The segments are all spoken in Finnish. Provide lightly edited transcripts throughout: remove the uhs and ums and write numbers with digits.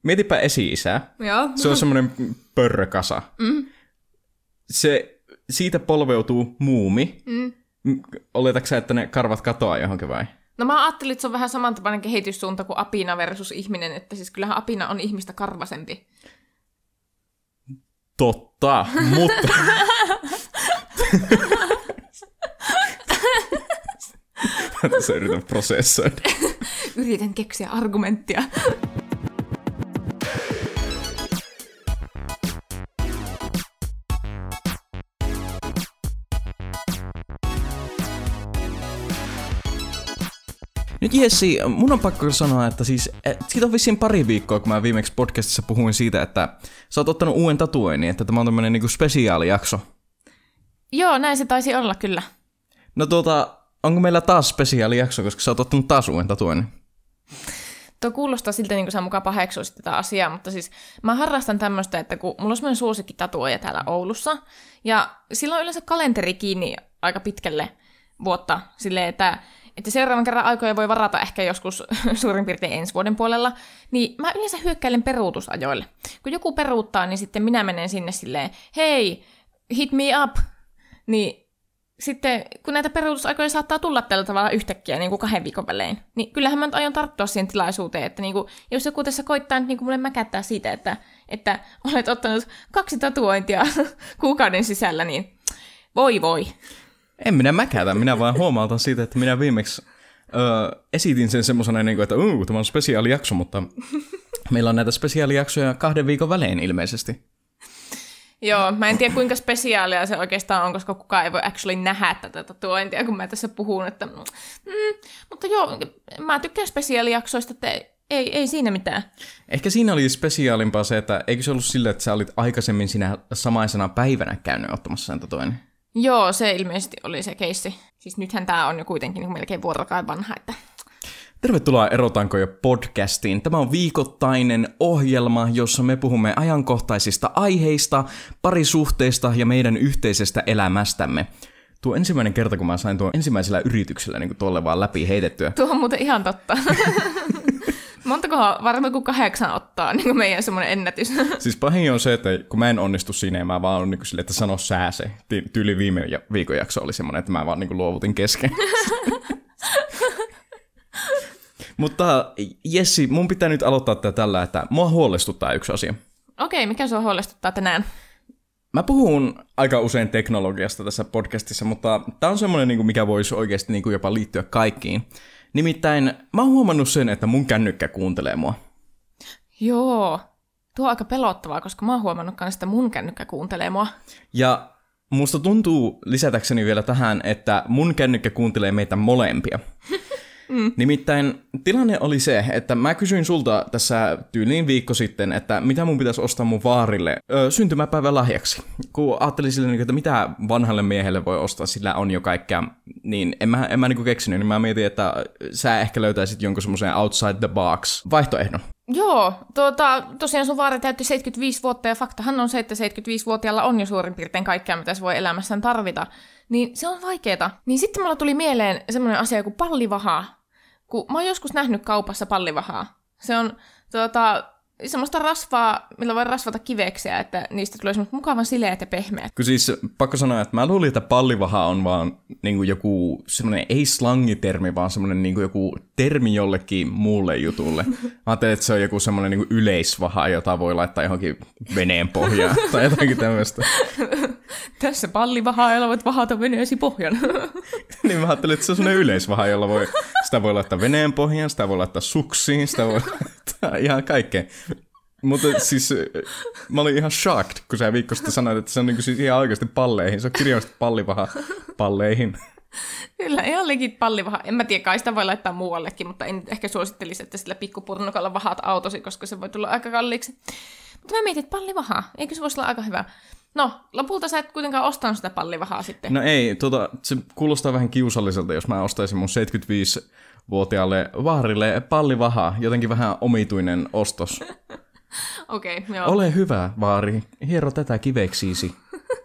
Mietipä esi-isää. Joo. Se on semmoinen pörrökasa. Siitä polveutuu muumi. Oletatko sä, että ne karvat katoaa johonkin vai? No mä ajattelin, että se on vähän samantapainen kehityssuunta kuin apina versus ihminen, että siis kyllähän apina on ihmistä karvasempi. Totta, mutta... Mä tässä yritän prosessoida. Yritän keksiä argumenttia. Nyt Jessi, mun on pakko sanoa, että siis siitä on vissiin pari viikkoa, kun mä viimeksi podcastissa puhuin siitä, että sä oot ottanut uuden tatuoinnin, että tämä on tämmönen niinku spesiaalijakso. Joo, näin se taisi olla kyllä. No onko meillä taas spesiaalijakso, koska sä oot ottanut taas uuden tatuoinnin? Tuo kuulostaa siltä, niin kuin sä mukaan paheksuisit tätä asiaa, mutta siis mä harrastan tämmöistä, että kun mulla on semmoinen suosikkitatuoija täällä Oulussa, ja sillä on yleensä kalenteri kiinni aika pitkälle vuotta, silleen, että seuraavan kerran aikoja voi varata ehkä joskus suurin piirtein ensi vuoden puolella, niin mä yleensä hyökkäilen peruutusajoille. Kun joku peruuttaa, niin sitten minä menen sinne silleen, hei, hit me up, niin sitten kun näitä peruutusaikoja saattaa tulla tällä tavalla yhtäkkiä niin kuin 2 viikon välein, niin kyllähän mä nyt aion tarttua siihen tilaisuuteen, että niin kuin, jos joku tässä koittaa nyt niin kuin mulle mäkättää siitä, että olet ottanut 2 tatuointia kuukauden sisällä, niin voi. En minä mäkätä, minä vaan huomautan siitä, että minä viimeksi esitin sen semmosena, että tämä on spesiaalijakso, mutta meillä on näitä spesiaalijaksoja 2 viikon välein ilmeisesti. Joo, mä en tiedä kuinka spesiaalia se oikeastaan on, koska kukaan ei voi actually nähdä tätä tatuointia, kun mä tässä puhun, että mutta joo, mä tykkään spesiaalijaksoista, että ei siinä mitään. Ehkä siinä oli spesiaalimpaa se, että eikö se ollut sillä, että sä olit aikaisemmin siinä samaisena päivänä käynyt ottamassa sen tatuoinnin? Joo, se ilmeisesti oli se keissi. Siis nythän tää on jo kuitenkin niin melkein vuorokauden vanha, että... Tervetuloa Erotanko jo podcastiin. Tämä on viikoittainen ohjelma, jossa me puhumme ajankohtaisista aiheista, parisuhteista ja meidän yhteisestä elämästämme. Tuo ensimmäinen kerta, kun mä sain tuon ensimmäisellä yrityksellä niin tuolle vaan läpi heitettyä. Tuo on muuten ihan totta. Montakohan varmaan kuin 8 ottaa niin kuin meidän semmoinen ennätys. Siis pahin on se, että kun mä en onnistu siinä, ja mä vaan on niin kuin sille, että sano sää se. Tyyli viime viikon jakso oli semmoinen, että mä vaan niin kuin luovutin kesken. Mutta Jessi, mun pitää nyt aloittaa tällä, että mua huolestuttaa yksi asia. Okei, mikä sua huolestuttaa tänään? Mä puhun aika usein teknologiasta tässä podcastissa, mutta tää on semmoinen, mikä voisi oikeasti jopa liittyä kaikkiin. Nimittäin mä oon huomannut sen, että mun kännykkä kuuntelee mua. Joo, tuo on aika pelottavaa, koska mä oon huomannut myös, että mun kännykkä kuuntelee mua. Ja musta tuntuu lisätäkseni vielä tähän, että mun kännykkä kuuntelee meitä molempia. Nimittäin tilanne oli se, että mä kysyin sulta tässä tyyliin viikko sitten, että mitä mun pitäisi ostaa mun vaarille syntymäpäivän lahjaksi. Kun ajattelin silleen, että mitä vanhalle miehelle voi ostaa, sillä on jo kaikkea, niin en mä keksinyt, niin mä mietin, että sä ehkä löytäisit jonkun semmoisen outside the box vaihtoehdon. Joo, tosiaan sun vaari täytti 75 vuotta ja faktahan on se, että 75-vuotiaalla on jo suurin piirtein kaikkea, mitä se voi elämässään tarvita. Niin se on vaikeeta. Niin sitten mulla tuli mieleen semmoinen asia kuin pallivaha. Kun mä oon joskus nähnyt kaupassa pallivahaa. Se on semmoista rasvaa, millä voi rasvata kiveksiä, että niistä tulee semmoista mukavan sileät ja pehmeät. Kun siis pakko sanoa, että mä luulin, että pallivaha on vaan joku semmoinen ei slangitermi, vaan semmoinen joku termi jollekin muulle jutulle. Mä ajattelin, että se on joku semmoinen yleisvaha, jota voi laittaa johonkin veneen pohjaan tai jotakin tämmöistä. Tässä pallivahaa voit vahata veneesi pohjan. Niin mä ajattelin, että se on semmoinen yleisvaha, jolla sitä voi laittaa veneen pohjaan, sitä voi laittaa suksiin, sitä voi laittaa ihan kaikkea. Mutta siis mä olin ihan shocked, kun sä viikko sitten sanoit, että se on siis ihan oikeasti palleihin. Se on kirjallisesti pallivaha palleihin. Kyllä, ihan legit pallivaha. En mä tiedä, kai sitä voi laittaa muuallekin, mutta en ehkä suosittelisi, että sillä pikkupurnukalla vahaat autosi, koska se voi tulla aika kalliiksi. Mutta mä mietin, että pallivaha, eikö se voisi olla aika hyvä? No, lopulta sä et kuitenkaan ostanut sitä pallivahaa sitten. No ei, se kuulostaa vähän kiusalliselta, jos mä ostaisin mun 75-vuotiaalle vaarille pallivahaa. Jotenkin vähän omituinen ostos. Okei, joo. Ole hyvä, vaari. Hiero tätä kiveksiisi.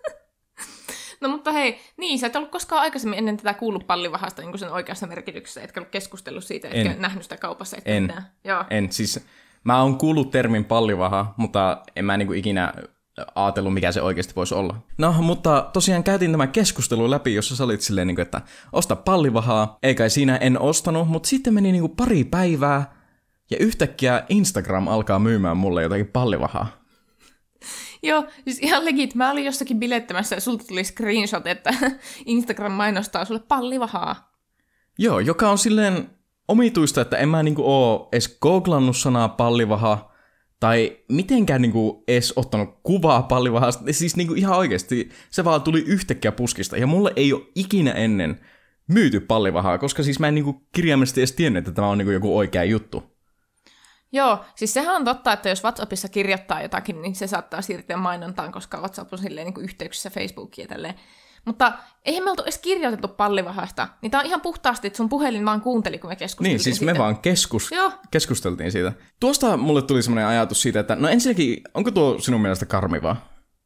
No mutta hei, niin sä et ollut koskaan aikaisemmin ennen tätä kuullut pallivahasta niin kuin sen oikeassa merkityksessä, etkä ollut keskustellut siitä, etkä nähnyt sitä kaupassa. En. Siis Mä oon kuullut termin pallivaha, mutta en mä niinku ikinä ajatellut, mikä se oikeasti voisi olla. No, mutta tosiaan käytiin tämä keskustelu läpi, jossa sä olit silleen, niinku, että osta pallivahaa. Eikä siinä en ostanut, mutta sitten meni niinku pari päivää, ja yhtäkkiä Instagram alkaa myymään mulle jotakin pallivahaa. Joo, siis ihan legit. Mä olin jossakin bilettämässä ja sulta tuli screenshot, että Instagram mainostaa sulle pallivahaa. Joo, joka on silleen omituista, että en mä niinku oo edes googlannut sanaa pallivaha, tai mitenkään niinku edes ottanut kuvaa pallivahasta. Siis niinku ihan oikeesti se vaan tuli yhtäkkiä puskista, ja mulle ei ole ikinä ennen myyty pallivahaa, koska siis mä en niinku kirjaimellisesti edes tiennyt, että tämä on niinku joku oikea juttu. Joo, siis sehän on totta, että jos WhatsAppissa kirjoittaa jotakin, niin se saattaa siirtyä mainontaan, koska WhatsApp on silleen niin kuin yhteyksissä Facebookiin ja tälleen. Mutta eihän me oltu edes kirjoitettu pallivahasta, niin tää on ihan puhtaasti, että sun puhelin vaan kuunteli, kun me keskusteltiin Niin, siis siitä. me vaan keskusteltiin siitä. Tuosta mulle tuli semmoinen ajatus siitä, että no ensinnäkin, onko tuo sinun mielestä karmivaa?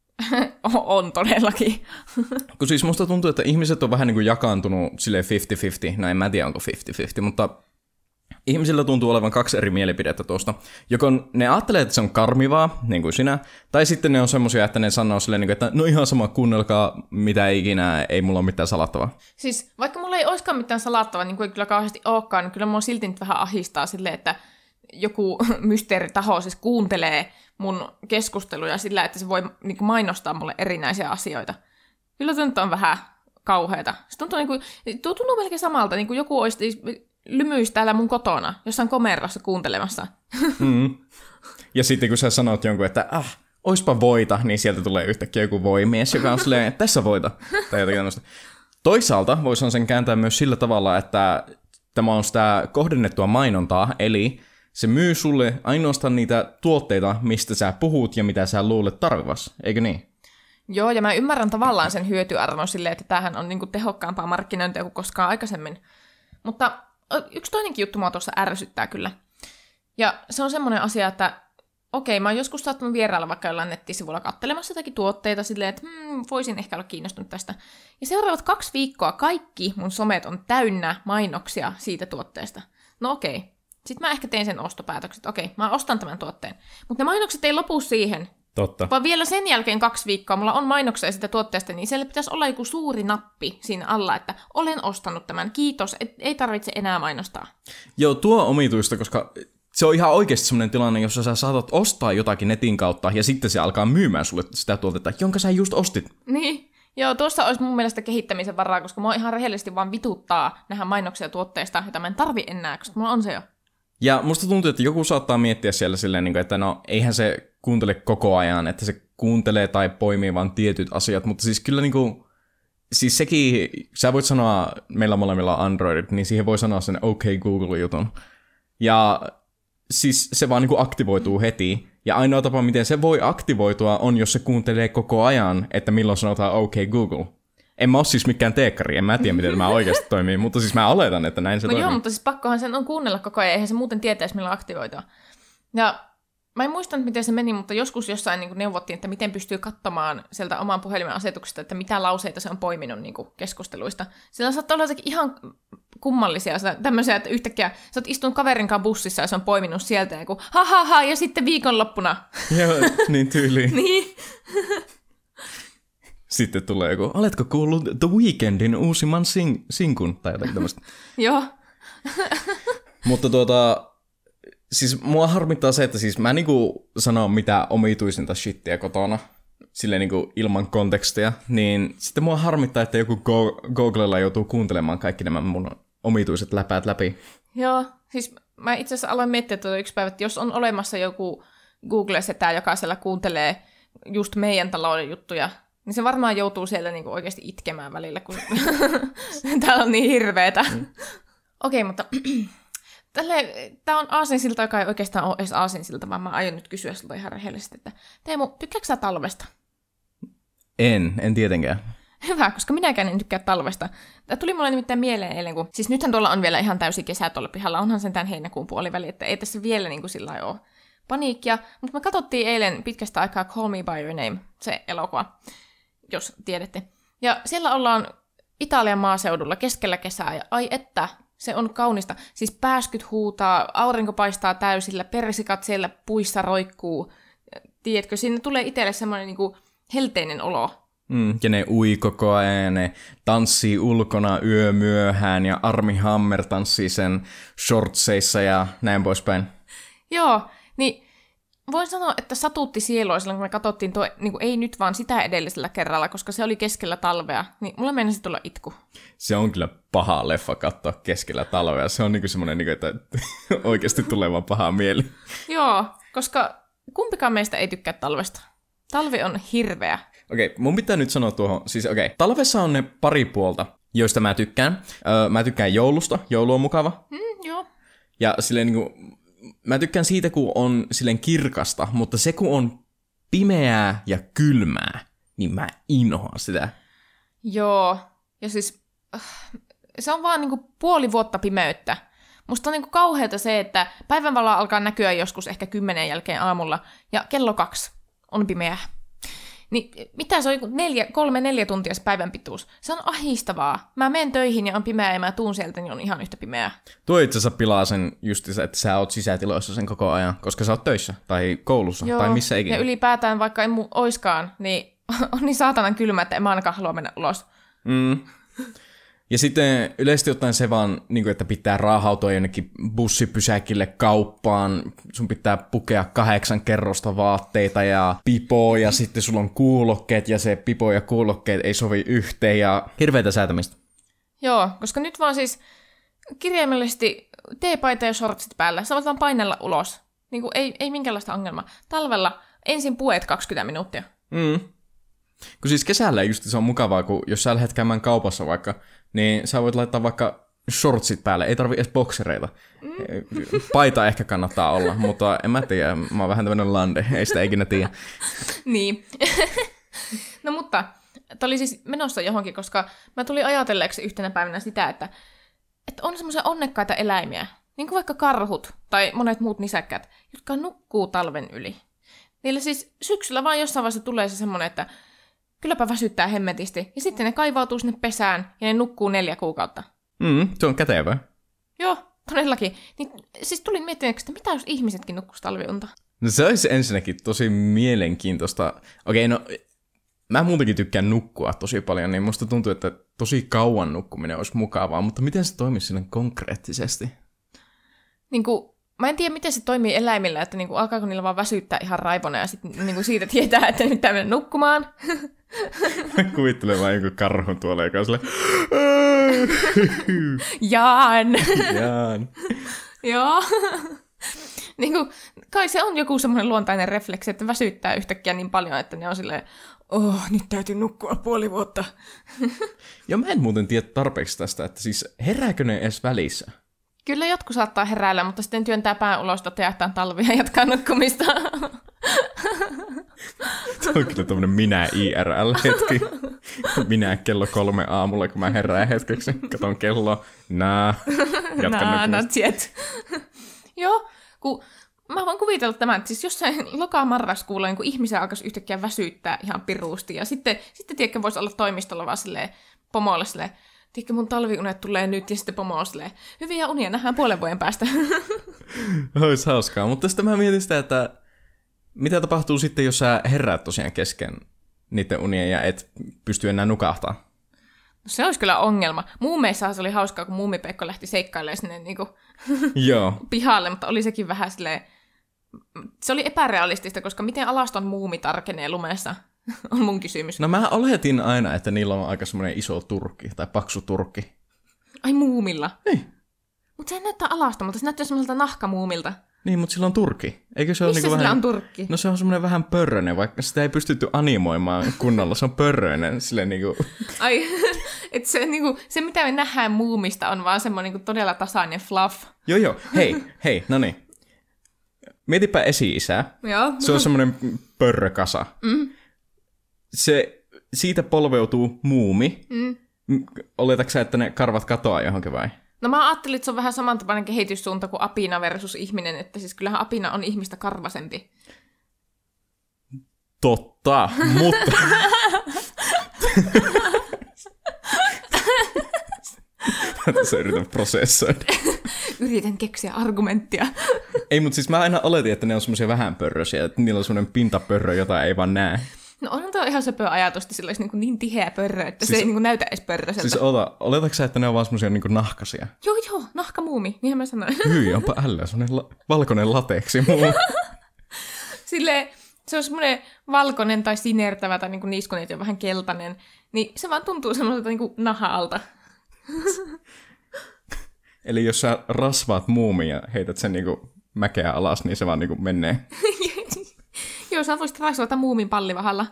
On todellakin. Kun siis musta tuntuu, että ihmiset on vähän niin kuin jakaantunut silleen 50-50, no en mä tiedä onko 50-50, mutta ihmisillä tuntuu olevan kaksi eri mielipidettä tuosta. Joko ne ajattelee, että se on karmivaa, niin kuin sinä, tai sitten ne on semmoisia, että ne sanoo silleen, että no ihan sama, kuunnelkaa mitä ikinä, ei mulla ole mitään salattavaa. Siis vaikka mulla ei olisikaan mitään salattavaa, niin kuin ei kyllä kauheasti olekaan, niin kyllä mua silti nyt vähän ahistaa silleen, että joku mysteeritaho siis kuuntelee mun keskusteluja sillä, että se voi niin kuin mainostaa mulle erinäisiä asioita. Kyllä se nyt on vähän kauheata. Se tuntuu melkein samalta, niin kuin joku olisi lymyisi täällä mun kotona, jossain komerossa kuuntelemassa. Ja sitten kun sä sanot jonkun, että oispa voita, niin sieltä tulee yhtäkkiä joku voimies, joka on silleen, että tässä voita. Tai jotakin tämmöistä. Toisaalta voisi sen kääntää myös sillä tavalla, että tämä on sitä kohdennettua mainontaa, eli se myy sulle ainoastaan niitä tuotteita, mistä sä puhut ja mitä sä luulet tarvivasi, eikö niin? Joo, ja mä ymmärrän tavallaan sen hyötyarvon silleen, että tämähän on niinku tehokkaampaa markkinointia kuin koskaan aikaisemmin. Mutta yksi toinenkin juttu mua tuossa ärsyttää kyllä. Ja se on semmoinen asia, että okei, mä oon joskus saattanut vierailla vaikka jollain nettisivuilla katselemassa jotakin tuotteita silleen, että voisin ehkä olla kiinnostunut tästä. Ja seuraavat 2 viikkoa kaikki mun somet on täynnä mainoksia siitä tuotteesta. No okei. Sitten mä ehkä teen sen ostopäätöksen, että okei, mä ostan tämän tuotteen. Mutta ne mainokset ei lopu siihen. Totta. Vaan vielä sen jälkeen 2 viikkoa mulla on mainoksia sitä tuotteesta, niin siellä pitäisi olla joku suuri nappi siinä alla, että olen ostanut tämän, kiitos, ei tarvitse enää mainostaa. Joo, tuo on omituista, koska se on ihan oikeasti semmoinen tilanne, jossa sä saatat ostaa jotakin netin kautta, ja sitten se alkaa myymään sulle sitä tuotetta, jonka sä just ostit. Niin. Joo, tuossa olisi mun mielestä kehittämisen varaa, koska mua ihan rehellisesti vaan vituttaa nähdä mainoksia tuotteista, jota mä en tarvi enää, koska mulla on se jo. Ja musta tuntuu, että joku saattaa miettiä siellä silleen, että no eihän se kuuntele koko ajan, että se kuuntelee tai poimii vaan tietyt asiat, mutta siis kyllä niinku, siis sekin, sä voit sanoa, meillä molemmilla on Androidit, niin siihen voi sanoa sen OK Google-jutun. Ja siis se vaan niinku aktivoituu heti, ja ainoa tapa, miten se voi aktivoitua, on jos se kuuntelee koko ajan, että milloin sanotaan OK Google. En mä ole siis mikään teekkari, en mä tiedä, miten tämä oikeasti toimii, mutta siis mä oletan, että näin se toimii. Joo, mutta siis pakkohan sen on kuunnella koko ajan, eihän se muuten tietäisi, milloin aktivoitua. Ja mä en muistanut, miten se meni, mutta joskus jossain niin neuvottiin, että miten pystyy katsomaan sieltä oman puhelimen asetuksesta, että mitä lauseita se on poiminut niin keskusteluista. Siellä saattaa olla jotakin ihan kummallisia tämmöisiä, että yhtäkkiä sä oot istunut kaverin kanssa bussissa ja se on poiminut sieltä ja ja sitten viikonloppuna. Joo, niin tyyliin. Niin. Sitten tulee joku, oletko kuullut The Weekndin uusimman sinkun? Tai jotakin tämmöistä. Joo. Mutta siis mua harmittaa se, että siis mä niinku sanon mitä omituisinta shittiä kotona, silleen niinku ilman kontekstia, niin sitten mua harmittaa, että joku Googlella joutuu kuuntelemaan kaikki nämä mun omituiset läpäät läpi. Joo, siis mä itse asiassa aloin miettiä yksi päivä, että jos on olemassa joku Google-setä, joka siellä kuuntelee just meidän talouden juttuja, niin se varmaan joutuu siellä niinku oikeasti itkemään välillä, kun täällä on niin hirveetä. Okei, mutta tää on aasinsilta, joka ei oikeastaan ole edes aasinsilta, vaan mä aion nyt kysyä sulta ihan rehellisesti, että Teemu, tykkääksä sä talvesta? En tietenkään. Hyvä, koska minäkään en tykkää talvesta. Tämä tuli mulle nimittäin mieleen eilen, kun siis nythän tuolla on vielä ihan täysi kesä tuolla pihalla, onhan sen tämän heinäkuun puoliväli, että ei tässä vielä niin kuin sillä lailla ole paniikkia. Mutta me katsottiin eilen pitkästä aikaa Call Me By Your Name, se elokuva, jos tiedätte. Ja siellä ollaan Italian maaseudulla keskellä kesää, ja ai että, Se on kaunista. Siis pääskyt huutaa, aurinko paistaa täysillä, persikat siellä puissa roikkuu. Tiedätkö, sinne tulee itselle semmoinen niinku helteinen olo. Ja ne ui koko ajan, ja ne tanssii ulkona yömyöhään, ja Armie Hammer tanssii sen shortseissa ja näin poispäin. Joo, niin voin sanoa, että satutti sielua silloin, kun me katsottiin tuo, niin ei nyt vaan sitä edellisellä kerralla, koska se oli keskellä talvea, niin mulla meinasi tulla itku. Se on kyllä paha leffa katsoa keskellä talvea. Se on niinku semmoinen, niinku, että oikeasti tulee vaan paha mieli. Joo, koska kumpikaan meistä ei tykkää talvesta. Talvi on hirveä. Okei, mun pitää nyt sanoa tuohon. Siis talvessa on ne pari puolta, joista mä tykkään. Mä tykkään joulusta. Joulu on mukava. Joo. Ja silleen niinku, mä tykkään siitä, kun on silleen kirkasta, mutta se, kun on pimeää ja kylmää, niin mä inhoan sitä. Joo, ja siis se on vaan niinku puoli vuotta pimeyttä. Musta on niinku kauheata se, että päivänvalo alkaa näkyä joskus ehkä 10 jälkeen aamulla, ja kello 2 on pimeää. Niin mitä se on 3-4 tuntia se päivän pituus? Se on ahistavaa. Mä menen töihin ja on pimeää ja mä tuun sieltä, niin on ihan yhtä pimeää. Tuo itse asiassa pilaa sen just, että sä oot sisätiloissa sen koko ajan, koska sä oot töissä tai koulussa. Joo, tai missä ikinä. Ja ylipäätään vaikka ei oiskaan, niin on niin saatanan kylmä, että en mä ainakaan halua mennä ulos. Ja sitten yleisesti ottaen se vaan, että pitää raahautua jonnekin bussipysäkille kauppaan, sun pitää pukea 8 kerrosta vaatteita ja pipoa, ja sitten sulla on kuulokkeet, ja se pipo ja kuulokkeet ei sovi yhteen, ja hirveätä säätämistä. Joo, koska nyt vaan siis kirjaimellisesti teepaita ja shortsit päällä, sä voit vaan painella ulos. Niin kuin ei minkäänlaista ongelmaa. Talvella ensin puet 20 minuuttia. Kun siis kesällä just se on mukavaa, kun jos sä lähdet käymään kaupassa vaikka, niin sä voit laittaa vaikka shortsit päälle, ei tarvi edes boksereita. Paita ehkä kannattaa olla, mutta en mä tiedä, mä oon vähän tämmönen lande, ei sitä ikinä tiedä. Niin. No mutta, tää oli siis menossa johonkin, koska mä tulin ajatelleeksi yhtenä päivänä sitä, että on semmoisia onnekkaita eläimiä, niin kuin vaikka karhut tai monet muut nisäkkäät, jotka nukkuu talven yli. Niillä siis syksyllä vaan jossain vaiheessa tulee se semmoinen, että kylläpä väsyttää hemmetisti. Ja sitten ne kaivautuu sinne pesään ja ne nukkuu 4 kuukautta. Se on kätevää. Joo, todellakin. Niin, siis tulin miettimään, että mitä jos ihmisetkin nukkuisi talviunta? No se olisi ensinnäkin tosi mielenkiintoista. Okei, no mä muutenkin tykkään nukkua tosi paljon, niin musta tuntuu, että tosi kauan nukkuminen olisi mukavaa. Mutta miten se toimisi sinne konkreettisesti? Mä en tiedä, miten se toimii eläimillä, että alkaako niillä vaan väsyttää ihan raivona ja sitten siitä tietää, että nyt pitää mennä nukkumaan. Mä kuvittelen vaan joku karhun tuolla, joka on silleen... Jaan! Joo. Kai se on joku semmoinen luontainen refleksi, että väsyttää yhtäkkiä niin paljon, että ne on silleen, nyt täytyy nukkua puoli vuotta. Ja mä en muuten tiedä tarpeeksi tästä, että siis herääkö ne edes välissä? Kyllä jotkut saattaa heräillä, mutta sitten työntää pään ulos, tehdään talvia ja jatkaa nukkumista. Se on kyllä tommonen minä IRL-hetki. Minä kello 3 aamulla, kun mä herään hetkeksi. Katon kello. Jatkan not yet. Joo, kun mä voin kuvitella tämän, että siis jossain loka-marraskuulla niin kun ihmisiä alkaisi yhtäkkiä väsyttää ihan piruusti. Ja sitten tiedätkö, voisi olla toimistolla vaan silleen pomolle silleen, tiedätkö, mun talviunet tulee nyt, ja sitten pomo on silleen, hyviä unia, nähdään puolen vuoden päästä. Olisi hauskaa, mutta sitten mä mietin sitä, että mitä tapahtuu sitten, jos sä heräät tosiaan kesken niiden unien ja et pysty enää nukahtaa? Se olisi kyllä ongelma. Muumeissahan se oli hauskaa, kun Muumi-Pekko lähti seikkailemaan sinne pihalle, mutta oli sekin vähän silleen... Se oli epärealistista, koska miten alaston muumi tarkenee lumessa, on mun kysymys. No mä oletin aina, että niillä on aika semmoinen iso turkki, tai paksu turkki. Ai muumilla? Niin. Mutta se näyttää alastomilta, se näyttää semmoiselta nahkamuumilta. Niin, mutta sillä on turkki. Eikö se missä ole sillä vähän... on turkki? No se on semmoinen vähän pörröinen, vaikka sitä ei pystytty animoimaan kunnolla. Se on pörröinen, silleen niinku... Ai, että se mitä me nähdään muumista on vaan semmoinen todella tasainen fluff. Joo. Hei, no niin. Mietipä esi-isää. Joo. Se on semmoinen pörrökasa. Siitä polveutuu muumi. Oletatko sä, että ne karvat katoaa johonkin vai? No mä ajattelin, että se on vähän samantapainen kehityssuunta kuin apina versus ihminen, että siis kyllähän apina on ihmistä karvasempi. Totta, mutta... tässä yritän prosessoida. Yritän keksiä argumenttia. Ei, mutta siis mä aina oletin, että ne on semmoisia vähän pörrösiä, että niillä on semmoinen pintapörrö, jota ei vaan näe. No onhan tuo ihan söpöä ajatus, että sillä olisi niin tiheä pörrö, että siis, se ei näytä edes pörröseltä. Siis oletatko sä, että ne on vaan semmoisia nahkasia? Joo, nahkamuumi, niinhän mä sanoin. Hyi, onpa älyä, semmoinen valkoinen lateksi muumi. Silleen, se on semmoinen valkoinen tai sinertävä tai niinku niiskuneet on vähän keltainen, niin se vaan tuntuu semmoiselta niinku naha-alta. Eli jos sä rasvaat muumin ja heität sen niinku mäkeä alas, niin se vaan niinku menee. Joo, sä voisit rasvata muumin pallivahalla.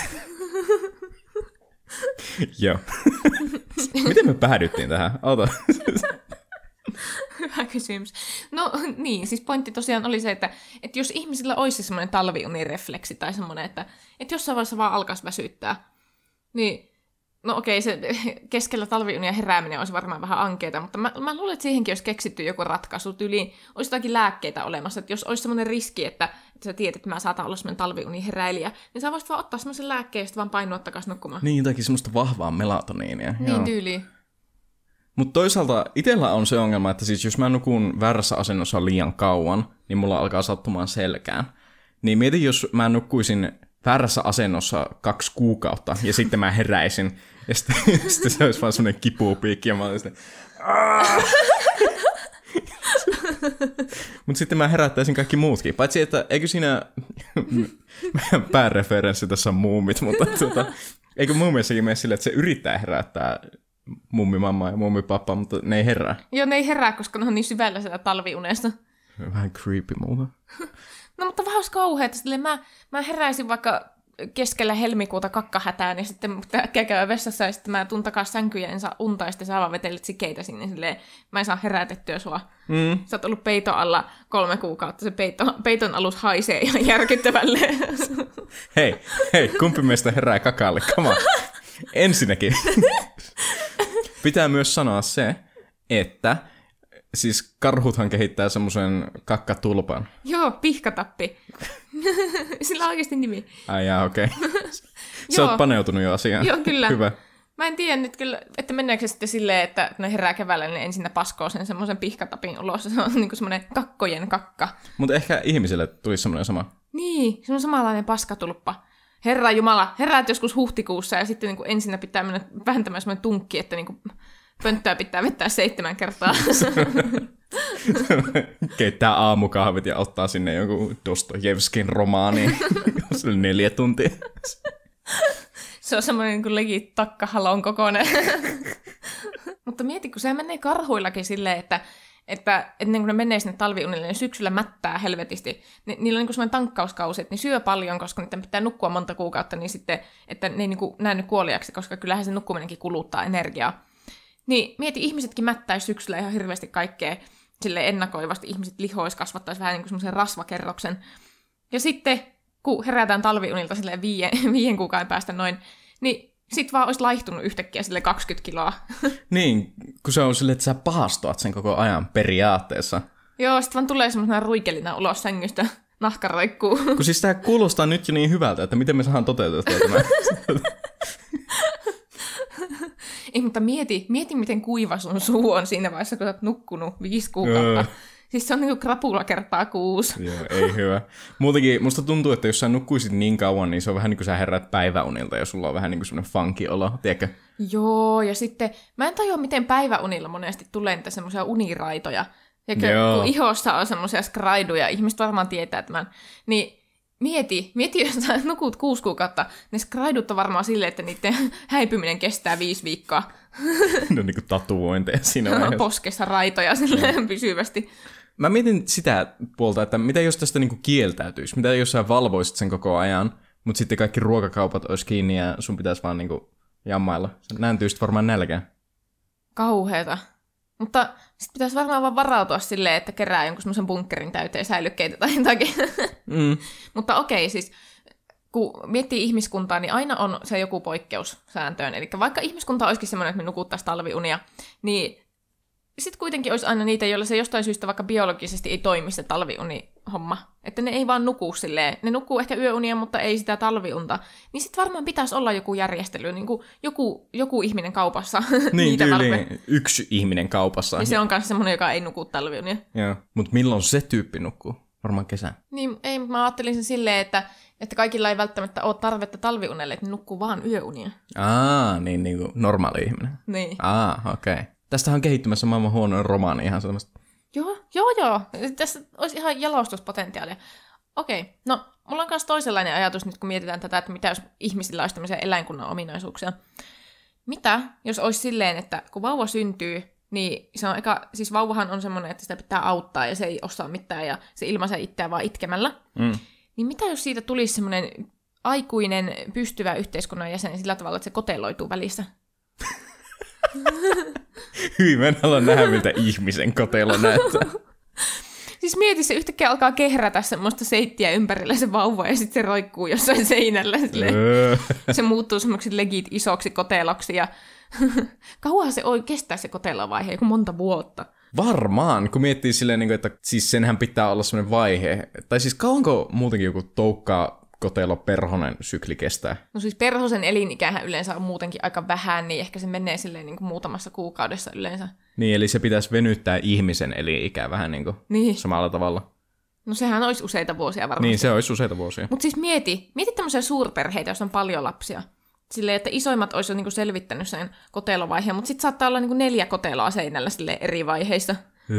Joo. Miten me päädyttiin tähän? Ota. Hyvä kysymys. No niin, siis pointti tosiaan oli se, että jos ihmisillä olisi semmoinen talviunirefleksi tai semmoinen, että jossain vaiheessa vaan alkaisi väsyttää, niin no okei, se keskellä talviunia herääminen olisi varmaan vähän ankeeta, mutta mä luulen, että siihenkin olisi keksitty joku ratkaisu. Tyyliin olisi jotakin lääkkeitä olemassa, että jos olisi semmoinen riski, että sä tiedät, että mä saatan olla semmoinen talviuniheräilijä, niin sä voisit vaan ottaa semmoisen lääkkeen ja sitten vaan painua takaisin nukkumaan. Niin, jotakin semmoista vahvaa melatoniinia. Niin tyyliin. Mutta toisaalta itsellä on se ongelma, että siis jos mä nukun väärässä asennossa liian kauan, niin mulla alkaa sattumaan selkään. Niin mieti, jos mä nukkuisin väärässä asennossa 2 kuukautta ja sitten mä heräisin ja sitten se olisi vaan semmoinen kipupiikki ja mä olisin mutta sitten mä herättäisin kaikki muutkin. Paitsi, että eikö siinä meidän pääreferenssi tässä on muumit, mutta eikö muumiessakin mene sille, että se yrittää herättää mummimammaa ja mummipapaa, mutta ne ei herää. Joo, ne ei herää, koska ne on niin syvällä siellä talviunessa. Vähän creepy muuta. No mutta vähän olisi kauheata. Mä heräisin vaikka keskellä helmikuuta kakkahätään ja sitten käy vessassa ja sitten mä tuun takaisin sänkyyn ja en saa unta ja sitten saa vaan vetelet sikeitä sinne silleen, mä en saa herätettyä sua. Sä oot ollut peiton alla 3 kuukautta, se peiton alus haisee ihan järkyttävälle. Hei, kumpi meistä herää kakalle? Come on. Ensinnäkin pitää myös sanoa se, että siis karhuthan kehittää semmoisen kakkatulpan. Joo, pihkatappi. Sillä on oikeasti nimi. Ai jaa, okei. Okay. Sä oot paneutunut jo asiaan. Joo, kyllä. Hyvä. Mä en tiedä nyt kyllä, että meneekö se sitten silleen, että kun ne herää keväällä, niin ensin paskoo sen semmoisen pihkatapin ulos. Se on niinku semmoinen kakkojen kakka. Mutta ehkä ihmisille tulisi semmoinen sama. Niin, semmoinen samanlainen paskatulppa. Herra Jumala, heräät joskus huhtikuussa ja sitten niinku ensin pitää mennä vähentämään semmoinen tunkki, että niinku pönttöä pitää vettää 7 kertaa. Keittää aamukahvit ja ottaa sinne joku Dostojevskin romaani. Se oli 4 tuntia. Se on semmoinen niin legit takkahalon kokoinen. Mutta mieti, kun se menee karhuillakin silleen, että ennen kuin ne menee sinne talviunille, niin syksyllä mättää helvetisti. Niillä on niin semmoinen tankkauskausi, että ne syö paljon, koska niiden pitää nukkua monta kuukautta, niin sitten, että ne ei niin näy kuoliaksi, koska kyllähän se nukkuminenkin kuluttaa energiaa. Niin mieti, ihmisetkin mättäisi syksyllä ihan hirveästi kaikkea sille ennakoivasti. Ihmiset lihois, kasvattaisi vähän niin kuin semmoisen rasvakerroksen. Ja sitten, kun herätään talviunilta silleen 5 kuukauden päästä noin, niin sit vaan olisi laihtunut yhtäkkiä sille 20 kiloa. Niin, kun se on silleen, että sä paastoat sen koko ajan periaatteessa. Joo, sit vaan tulee semmoisena ruikelina ulos sängystä, nahka roikkuu. Kun siis tää kuulostaa nyt jo niin hyvältä, että miten me saadaan toteutettua tämä. Ei, mutta mieti, miten kuiva sun suu on siinä vaiheessa, kun sä oot nukkunut 5 kuukautta. Siis se on niinku krapula kertaa 6. Joo, ei hyvä. Muutenkin musta tuntuu, että jos sä nukkuisit niin kauan, niin se on vähän niin kuin sä herät päiväunilta ja sulla on vähän niin kuin semmoinen funky olo, tiedätkö? Joo, ja sitten mä en tajua, miten päiväunilla monesti tulee niitä semmoisia uniraitoja. Ja kun ihossa on semmoisia skraiduja, ihmiset varmaan tietää tämän, niin Mieti, jos sä nukut 6 kuukautta, ne skraidut on varmaan silleen, että niiden häipyminen kestää 5 viikkoa. Ne on niin kuin tatuointeja siinä vaiheessa. Poskessa raitoja silleen pysyvästi. Mä mietin sitä puolta, että mitä jos tästä niin kuin kieltäytyisi? Mitä jos sä valvoisit sen koko ajan, mutta sitten kaikki ruokakaupat olisi kiinni ja sun pitäisi vaan niin kuin jammailla? Sä nääntyisit varmaan nälkään. Kauheeta. Mutta sitten pitäisi varmaan vaan varautua silleen, että kerää jonkun semmoisen bunkkerin täyteen säilykkeitä tai jotakin. Mutta okei, siis kun miettii ihmiskuntaa, niin aina on se joku poikkeus sääntöön. Eli vaikka ihmiskunta olisikin semmoinen, että me nukuttaisiin talviunia, niin sitten kuitenkin olisi aina niitä, joilla se jostain syystä vaikka biologisesti ei toimi se talviuni homma. Että ne ei vaan nuku silleen. Ne nukkuu ehkä yöunia, mutta ei sitä talviunta. Niin sitten varmaan pitäisi olla joku järjestely, niin kuin joku ihminen kaupassa. Niin, tyyliin yksi ihminen kaupassa. Ja se on myös semmoinen, joka ei nuku talviunia. Joo, mutta milloin se tyyppi nukkuu? Varmaan kesän. Niin, ei, mä ajattelin sen silleen, että kaikilla ei välttämättä ole tarvetta talviunelle, että ne nukkuu vaan yöunia. Niin kuin normaali ihminen. Niin. Okei. Okay. Tästähän on kehittymässä maailman huonoin romaani ihan sellaista. Joo. Tässä olisi ihan jalostuspotentiaalia. Okei, no mulla on myös toisenlainen ajatus nyt, kun mietitään tätä, että mitä jos ihmisillä olisi tämmöisiä eläinkunnan ominaisuuksia. Mitä, jos olisi silleen, että kun vauva syntyy, niin se on siis vauvahan on semmoinen, että sitä pitää auttaa ja se ei osaa mitään ja se ilmaisee itseään vaan itkemällä. Niin mitä jos siitä tulisi semmoinen aikuinen, pystyvä yhteiskunnan jäsen sillä tavalla, että se koteloituu välissä? Hyvin, en halua nähdä, miltä ihmisen kotelo näyttää. Siis mieti, se yhtäkkiä alkaa kehrätä semmoista seittiä ympärillä se vauva ja sitten se roikkuu jossain seinällä. Se muuttuu semmoiksi legit isoksi koteloksi ja kauanhan se kestää se kotelovaihe, joku monta vuotta. Varmaan, kun miettii silleen, että siis senhän pitää olla semmoinen vaihe. Tai siis kauanko muutenkin joku toukkaa kotelo perhonen sykli kestää? No siis perhosen elinikähän yleensä on muutenkin aika vähän, niin ehkä se menee silleen niin kuin muutamassa kuukaudessa yleensä. Niin, eli se pitäisi venyttää ihmisen elinikää vähän niin kuin samalla tavalla. No sehän olisi useita vuosia varmasti. Niin, se olisi useita vuosia. Mutta siis mieti tämmöisiä suurperheitä, jos on paljon lapsia. Silleen, että isoimmat olisi jo niinku selvittänyt sen kotelovaiheen, mutta sitten saattaa olla niinku 4 koteloa seinällä eri vaiheissa.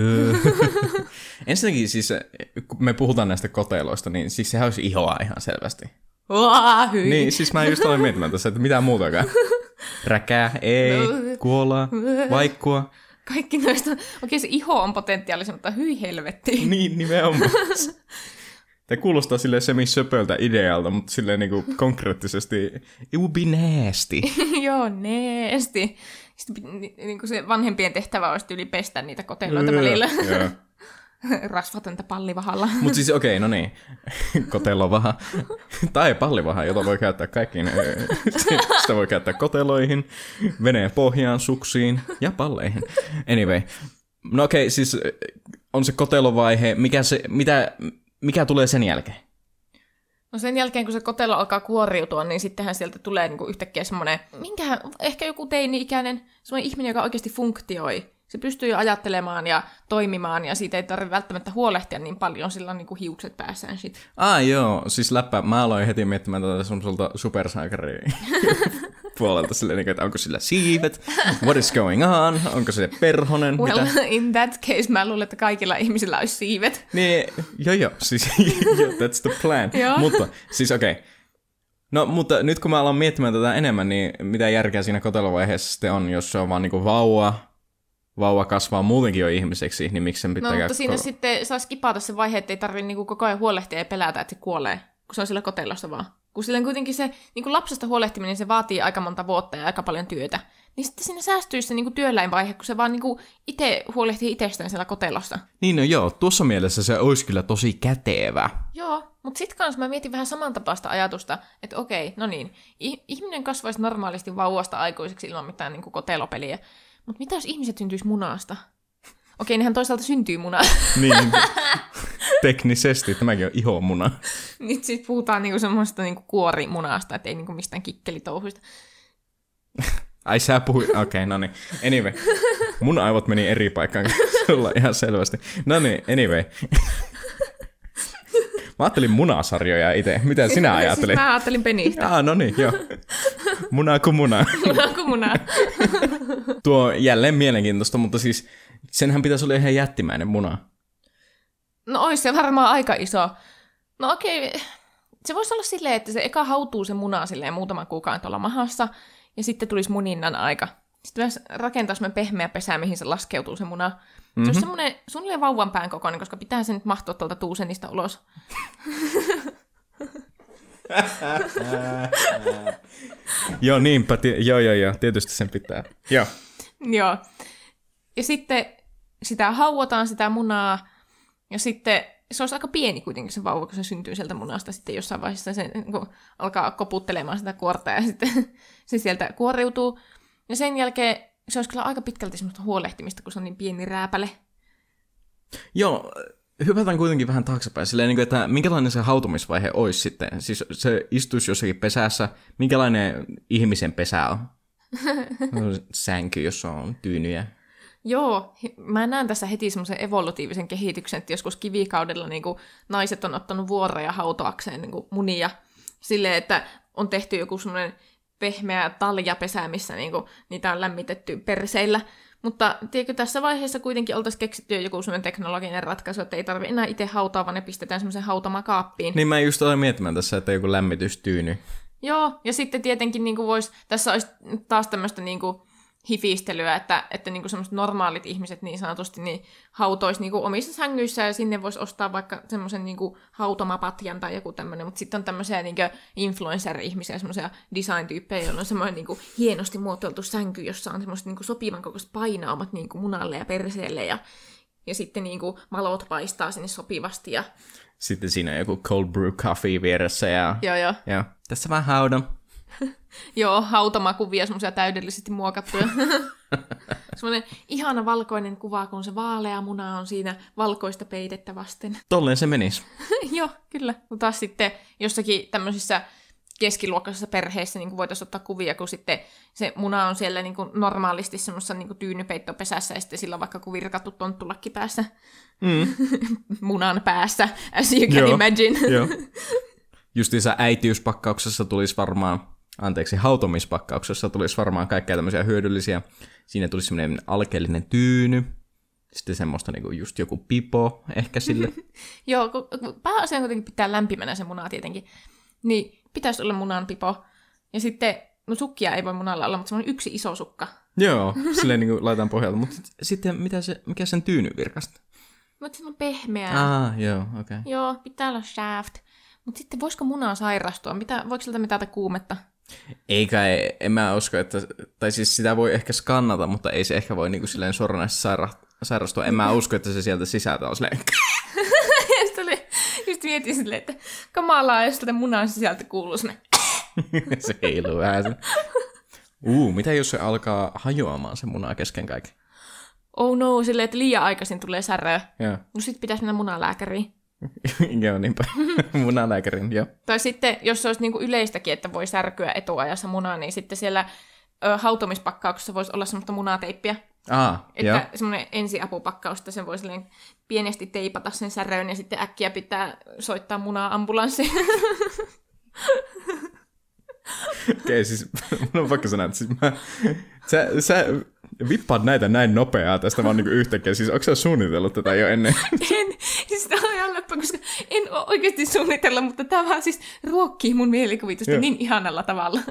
Ensinnäkin siis, kun me puhutaan näistä koteloista, niin siis sehän olisi ihoa ihan selvästi. Niin, siis mä just aloin miettimään tässä, että mitään muutakaan. Räkää, ei, kuolaa, vaikkua. Kaikki noista, se iho on potentiaalisen, mutta hyi helvettiin. Niin, nimenomaan. Tämä kuulostaa silleen semi-söpöltä idealta, mutta silleen niinku konkreettisesti, it would be nasty. Joo, nasty. Sitten niinku se vanhempien tehtävä olisi tyyli pestä niitä koteloita välillä. Rasvatonta pallivahalla. Mutta siis no niin, kotelovaha. Tai pallivaha, jota voi käyttää kaikkiin. Sitä voi käyttää koteloihin, veneen pohjaan, suksiin ja palleihin. Anyway, no siis on se kotelovaihe, mikä tulee sen jälkeen? No sen jälkeen, kun se kotelo alkaa kuoriutua, niin sittenhän sieltä tulee niinku yhtäkkiä semmoinen, ehkä joku teini-ikäinen, semmoinen ihminen, joka oikeasti funktioi. Se pystyy jo ajattelemaan ja toimimaan, ja siitä ei tarvitse välttämättä huolehtia niin paljon, sillä on niinku hiukset päässään sit. Joo, siis läppä. Mä aloin heti miettimään tätä semmoiselta supersankaria puolelta silleen, että onko sillä siivet, what is going on, onko se perhonen, well, mitä? In that case mä luulen, että kaikilla ihmisillä olisi siivet. Niin, joo, siis that's the plan. Mutta, siis okei. No, mutta nyt kun mä alan miettimään tätä enemmän, niin mitä järkeä siinä kotelovaiheessa sitten on, jos se on vaan niinku vauva kasvaa muutenkin jo ihmiseksi, niin miksi sen pitää... No, mutta siinä sitten saa skipata se vaihe, että ei tarvitse niinku koko ajan huolehtia ja pelätä, että se kuolee, kun se on sillä kotelossa vaan. Kun silleen kuitenkin se niinku lapsesta huolehtiminen, se vaatii aika monta vuotta ja aika paljon työtä. Niin sitten siinä säästyisi se niinku työläinvaihe, kun se vaan niinku itse huolehtii itsestään siellä kotelossa. Niin, no joo, tuossa mielessä se olisi kyllä tosi kätevä. Joo, mutta sitten kanssa mä mietin vähän samantapaista ajatusta, että okei, no niin, ihminen kasvaisi normaalisti vauvasta aikuiseksi ilman mitään niinku kotelopeliä. Mutta mitä jos ihmiset syntyisi munasta? Okei, nehän toisaalta syntyy munaa. Niin, teknisesti. Tämäkin on ihomuna. Nyt siis puhutaan niinku semmoista niinku kuorimunasta, ettei niinku mistään kikkelitouhuista. Ai sä puhuit, okei, no niin. Anyway, mun aivot meni eri paikkaan, sulla ihan selvästi. No niin, anyway. Mä ajattelin munasarjoja itse. Mitä sinä ajattelit? Siis mä ajattelin penistä. No niin, joo. Munaa kuin munaa. Munaa kuin munaa. Tuo on jälleen mielenkiintoista, mutta siis senhän pitäisi olla ihan jättimäinen muna. No ois se varmaan aika iso. No okei, se voisi olla silleen, että se eka hautuu se muna silleen muutaman kuukauden tuolla mahassa, ja sitten tulisi muninnan aika. Sitten myös rakentaa semmoinen pehmeä pesä, mihin se laskeutuu se muna. Se olisi semmoinen suunnilleen vauvan pään kokoinen, koska pitää se nyt mahtua tuolta tuusenista ulos. Joo, niinpä. Joo, tietysti sen pitää. Joo. Joo. Ja sitten sitä hauotaan, sitä munaa, ja sitten se olisi aika pieni kuitenkin se vauva, kun se syntyy sieltä munasta. Sitten jossain vaiheessa se alkaa koputtelemaan sitä kuorta, ja sitten se sieltä kuoriutuu. Ja sen jälkeen se olisi kyllä aika pitkälti semmoista huolehtimista, kun se on niin pieni rääpäle. Joo, hypätään kuitenkin vähän taaksepäin. Silleen, niin kuin, että minkälainen se hautumisvaihe olisi sitten? Siis se istuisi jossakin pesässä. Minkälainen ihmisen pesä on? Sänky, jossa on tyynyjä. Joo, mä näen tässä heti semmoisen evolutiivisen kehityksen, että joskus kivikaudella niin kuin naiset on ottanut vuoroja hautoakseen niin kuin munia silleen, että on tehty joku semmoinen pehmeä taljapesä, missä niin kuin niitä on lämmitetty perseillä. Mutta tiedätkö, tässä vaiheessa kuitenkin oltaisiin keksitty joku semmoinen teknologinen ratkaisu, että ei tarvitse enää itse hautaa, vaan ne pistetään semmoisen hautamakaappiin. Niin mä just aloin miettimään tässä, että joku lämmitystyyny. Joo, ja sitten tietenkin niin kuin tässä olisi taas tämmöistä niin kuin hifistelyä, että niin kuin semmoiset normaalit ihmiset niin sanotusti niin hautoisi niin kuin omissa sängyissään, ja sinne voisi ostaa vaikka semmoisen niin kuin hautomapatjan tai joku tämmöinen, mutta sitten on tämmöisiä niin kuin influencer-ihmisiä, semmoisia design-tyyppejä, joilla on semmoinen niin kuin hienosti muotoiltu sänky, jossa on semmoiset niin kuin sopivan kokoiset painaumat niin kuin munalle ja perseelle, ja sitten niin kuin valot paistaa sinne sopivasti. Ja sitten siinä on joku cold brew coffee vieressä, ja tässä mä haudan. Joo, hautamakuvia, semmoisia täydellisesti muokattuja. Semmoinen ihana valkoinen kuva, kun se vaalea muna on siinä valkoista peitettä vasten. Tolleen se menisi. Joo, kyllä. Mutta taas sitten jossakin tämmöisissä keskiluokkaisissa perheissä niin voitaisiin ottaa kuvia, kun sitten se muna on siellä niin kuin normaalisti semmoisessa niin kuin tyynypeittopesässä, ja sitten sillä on vaikka kuvirkattu tonttulakki päässä. Munan päässä, as you can imagine. Joo. Justiinsa äitiyspakkauksessa tulisi varmaan, hautomispakkauksessa tulisi varmaan kaikkea tämmöisiä hyödyllisiä. Siinä tulisi semmoinen alkeellinen tyyny, sitten semmoista niinku just joku pipo ehkä sille. Joo, kun pääasia kuitenkin pitää lämpimänä se munaa tietenkin, niin pitäisi olla munan pipo. Ja sitten, no sukkia ei voi munalla olla, mutta semmoinen yksi iso sukka. Joo, silleen niinku laitetaan pohjalta. Mutta sitten mikä sen tyyny virkasta? Mutta se on pehmeää. Joo, okei. Okay. Joo, pitää olla shaft. Mutta sitten voisiko munaa sairastua? Voiko siltä mitata kuumetta? Eikä, en mä usko, että, tai siis sitä voi ehkä skannata, mutta ei se ehkä voi niinku silleen suoranaisesti sairastua. En mä usko, että se sieltä sisältä on silleen. Ja sitten just mietin silleen, että kamalaa, jos sieltä munan sisältä kuuluu sinne. Se heiluu vähän sen. Mitä jos se alkaa hajoamaan se munaa kesken kaiken? Oh no, silleen, että liian aikaisin tulee säröä. Joo. No sit pitäisi mennä munalääkäriin. Joo, niinpä. Munalääkärin, joo. Tai sitten, jos se olisi niinku yleistäkin, että voi särkyä etuajassa munaa, niin sitten siellä hautomispakkauksessa voisi olla semmoista munateippiä. Että semmoinen ensiapupakkaus, että sen voi silleen pienesti teipata sen säröön, ja sitten äkkiä pitää soittaa munaa ambulanssiin. Okei, siis mun on pakko sanoa, että siis sä vippaat näitä näin nopeaa tästä vaan niinku yhtäkkiä. Siis onko sä suunnitellut tätä jo ennen? En, siis tämä on ihan läppä, koska en ole oikeasti suunnitella, mutta tämä vaan siis ruokkii mun mielikuvitusta niin ihanalla tavalla.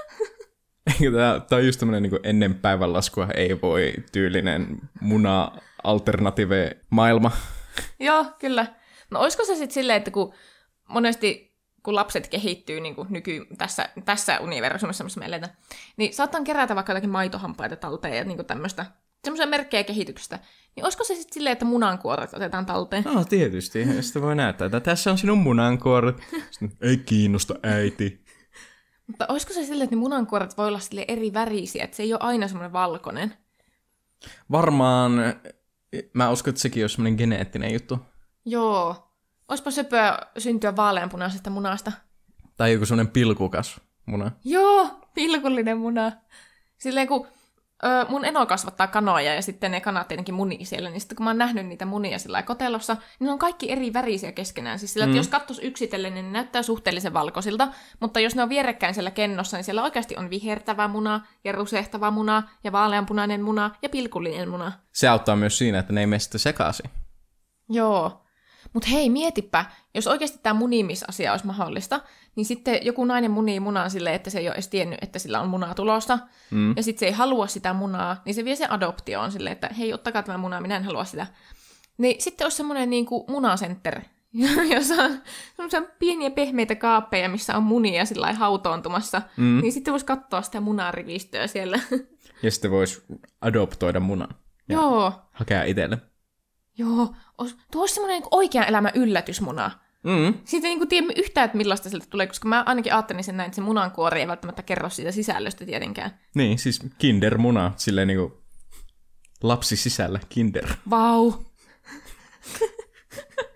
Tämä on just tämmöinen niin ennen päivänlaskua ei voi tyylinen muna-alternative maailma. Joo, kyllä. No olisiko se sitten silleen, että kun monesti kun lapset kehittyy niin kuin tässä universumissa, missä me eletään, niin saattaa kerätä vaikka jotakin maitohampaita talteen ja niin tämmöistä, semmoisia merkkejä kehityksestä. Niin olisiko se sitten silleen, että munankuoret otetaan talteen? Tietysti. Sitä voi näyttää, että tässä on sinun munankuoret. Ei kiinnosta, äiti. Mutta olisiko se silleen, että ne munankuoret voi olla sille eri värisiä, että se ei ole aina semmoinen valkoinen? Varmaan, mä uskon, että sekin on semmoinen geneettinen juttu. Joo. Olispa söpöä syntyä vaaleanpunaisesta munasta. Tai joku semmoinen pilkukas muna. Joo, pilkullinen muna. Silleen kun mun eno kasvattaa kanoja ja sitten ne kanat tietenkin munii siellä, niin sitten kun mä oon nähnyt niitä munia sillä kotelossa, niin ne on kaikki eri värisiä keskenään. Siis sillä, että jos katsoisi yksitellen, niin ne näyttää suhteellisen valkoisilta, mutta jos ne on vierekkäin siellä kennossa, niin siellä oikeasti on vihertävä muna ja rusehtava muna ja vaaleanpunainen muna ja pilkullinen muna. Se auttaa myös siinä, että ne ei mene sitten sekaisin. Joo. Mutta hei, mietipä, jos oikeasti tämä munimisasia olisi mahdollista, niin sitten joku nainen munii munaa silleen, että se ei ole edes tiennyt, että sillä on munaa tulossa, ja sitten se ei halua sitä munaa, niin se vie sen adoptioon silleen, että hei, ottakaa tämä munaa, minä en halua sitä. Niin sitten olisi semmoinen niin kuin munacenter, jossa on semmoisia pieniä pehmeitä kaappeja, missä on munia sillä lailla hautoontumassa, niin sitten voisi katsoa sitä munarivistöä siellä. Ja sitten voisi adoptoida munan. Joo. Hakea itselle. Joo, tuo olisi semmoinen niin oikean elämän yllätysmuna. Siitä ei niin tiedä yhtään, että millaista sieltä tulee, koska mä ainakin ajattelin sen näin, että se munankuori ei välttämättä kerro siitä sisällöstä tietenkään. Niin, siis kindermuna, silleen niin kuin lapsi sisällä, kinder. Vau.